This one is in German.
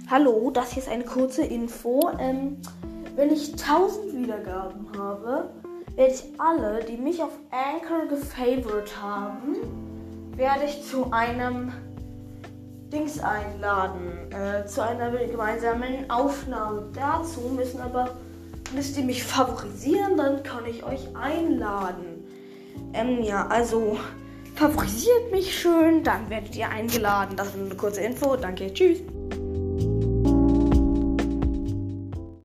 Hallo, das hier ist eine kurze Info. Wenn ich 1000 Wiedergaben habe, werde ich alle, die mich auf Anchor gefavorit haben, werde ich zu einem Dings einladen, zu einer gemeinsamen Aufnahme. Dazu müsst ihr mich favorisieren, dann kann ich euch einladen. Also favorisiert mich schön, dann werdet ihr eingeladen. Das ist eine kurze Info. Danke, tschüss.